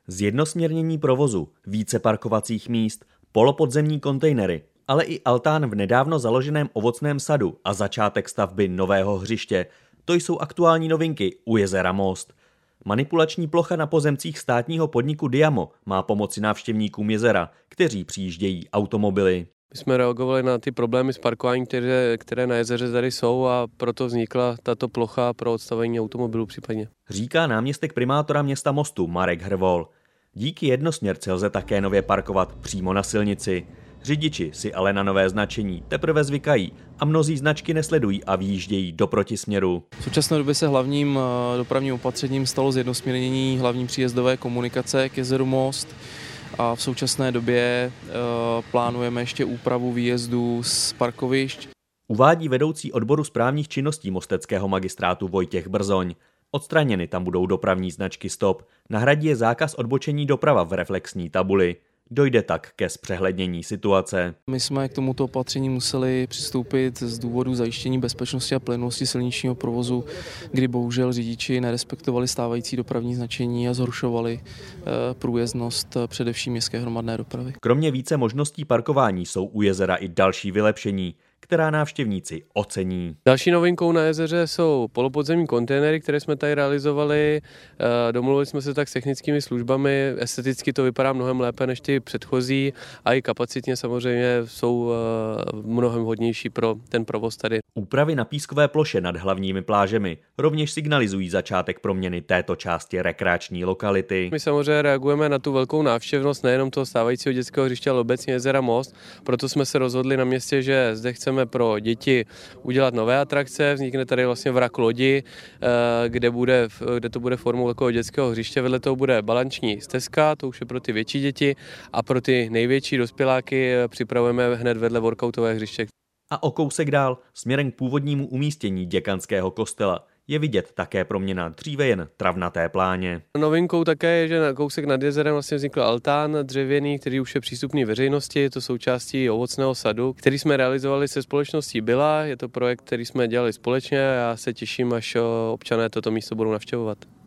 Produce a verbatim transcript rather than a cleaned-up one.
Zjednosměrnění provozu, více parkovacích míst, polopodzemní kontejnery, ale i altán v nedávno založeném ovocném sadu a začátek stavby nového hřiště. To jsou aktuální novinky u jezera Most. Manipulační plocha na pozemcích státního podniku Diamo má pomoci návštěvníkům jezera, kteří přijíždějí automobily. My jsme reagovali na ty problémy s parkováním, které, které na jezeře tady jsou, a proto vznikla tato plocha pro odstavení automobilů případně. Říká náměstek primátora města Mostu Marek Hrvol. Díky jednosměrce lze také nově parkovat přímo na silnici. Řidiči si ale na nové značení teprve zvykají a mnozí značky nesledují a vyjíždějí do protisměru. V současné době se hlavním dopravním opatřením stalo zjednosměrnění hlavní příjezdové komunikace k jezeru Most a v současné době plánujeme ještě úpravu výjezdu z parkovišť. Uvádí vedoucí odboru správních činností mosteckého magistrátu Vojtěch Brzoň. Odstraněny tam budou dopravní značky stop, nahradí je zákaz odbočení doprava v reflexní tabuli. Dojde tak ke zpřehlednění situace. My jsme k tomuto opatření museli přistoupit z důvodu zajištění bezpečnosti a plynulosti silničního provozu, kdy bohužel řidiči nerespektovali stávající dopravní značení a zhoršovali průjezdnost především městské hromadné dopravy. Kromě více možností parkování jsou u jezera i další vylepšení, která návštěvníci ocení. Další novinkou na jezeře jsou polopodzemní kontejnery, které jsme tady realizovali. Domluvili jsme se tak s technickými službami. Esteticky to vypadá mnohem lépe než ty předchozí a i kapacitně samozřejmě jsou mnohem hodnější pro ten provoz tady. Úpravy na pískové ploše nad hlavními plážemi rovněž signalizují začátek proměny této části rekreační lokality. My samozřejmě reagujeme na tu velkou návštěvnost nejenom toho stávajícího dětského hřiště, ale obecně jezera Most. Proto jsme se rozhodli na městě, že zde chceme pro děti udělat nové atrakce. Vznikne tady vlastně vrak lodi, kde, bude, kde to bude formou takového dětského hřiště. Vedle toho bude balanční stezka, to už je pro ty větší děti, a pro ty největší dospěláky připravujeme hned vedle workoutové hřiště. A o kousek dál, směrem k původnímu umístění děkanského kostela, je vidět také proměna dříve jen travnaté pláně. Novinkou také je, že na kousek nad jezerem vlastně vznikl altán dřevěný, který už je přístupný veřejnosti. Je to součástí ovocného sadu, který jsme realizovali se společností Byla. Je to projekt, který jsme dělali společně a já se těším, až občané toto místo budou navštěvovat.